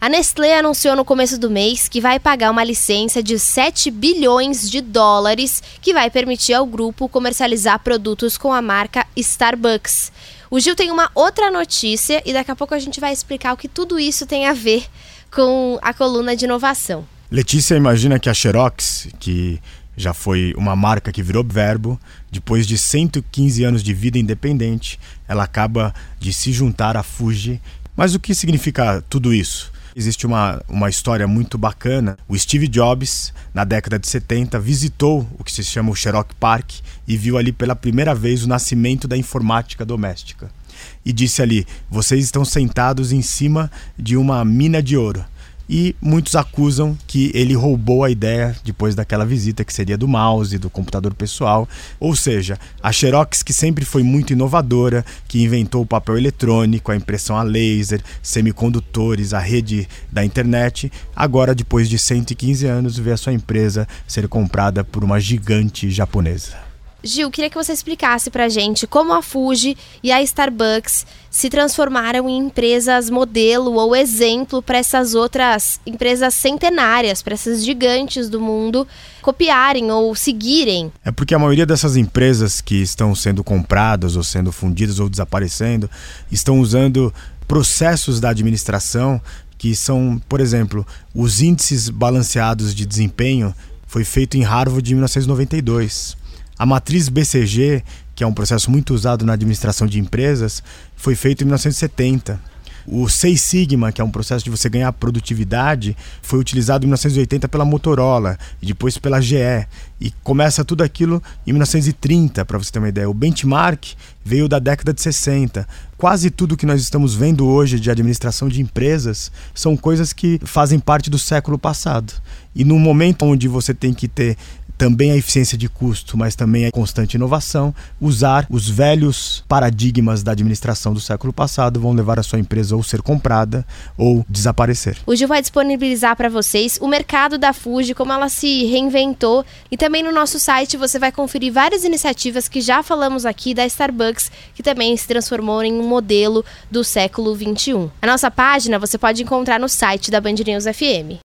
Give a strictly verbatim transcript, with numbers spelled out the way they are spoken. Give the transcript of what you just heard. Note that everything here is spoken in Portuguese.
A Nestlé anunciou no começo do mês que vai pagar uma licença de sete bilhões de dólares que vai permitir ao grupo comercializar produtos com a marca Starbucks. O Gil tem uma outra notícia e daqui a pouco a gente vai explicar o que tudo isso tem a ver com a coluna de inovação. Letícia imagina que a Xerox, que já foi uma marca que virou verbo, depois de cento e quinze anos de vida independente, ela acaba de se juntar à Fuji. Mas o que significa tudo isso? Existe uma, uma história muito bacana. O Steve Jobs, na década de setenta, visitou o que se chama o Xerox Park e viu ali pela primeira vez o nascimento da informática doméstica. E disse ali, vocês estão sentados em cima de uma mina de ouro. E muitos acusam que ele roubou a ideia depois daquela visita, que seria do mouse, do computador pessoal. Ou seja, a Xerox, que sempre foi muito inovadora, que inventou o papel eletrônico, a impressão a laser, semicondutores, a rede da internet, agora, depois de cento e quinze anos, vê a sua empresa ser comprada por uma gigante japonesa. Gil, queria que você explicasse pra gente como a Fuji e a Starbucks se transformaram em empresas modelo ou exemplo para essas outras empresas centenárias, para essas gigantes do mundo copiarem ou seguirem. É porque a maioria dessas empresas que estão sendo compradas ou sendo fundidas ou desaparecendo estão usando processos da administração que são, por exemplo, os índices balanceados de desempenho foi feito em Harvard em mil novecentos e noventa e dois. A matriz B C G, que é um processo muito usado na administração de empresas, foi feito em mil novecentos e setenta. O Seis Sigma, que é um processo de você ganhar produtividade, foi utilizado em mil novecentos e oitenta pela Motorola e depois pela G E. E começa tudo aquilo em mil novecentos e trinta, para você ter uma ideia. O benchmark veio da década de sessenta. Quase tudo que nós estamos vendo hoje de administração de empresas são coisas que fazem parte do século passado. E no momento onde você tem que ter também a eficiência de custo, mas também a constante inovação, usar os velhos paradigmas da administração do século passado vão levar a sua empresa ou ser comprada ou desaparecer. O Gil vai disponibilizar para vocês o mercado da Fuji, como ela se reinventou, e também no nosso site você vai conferir várias iniciativas que já falamos aqui da Starbucks, que também se transformou em um modelo do século vinte e um. A nossa página você pode encontrar no site da Band News F M.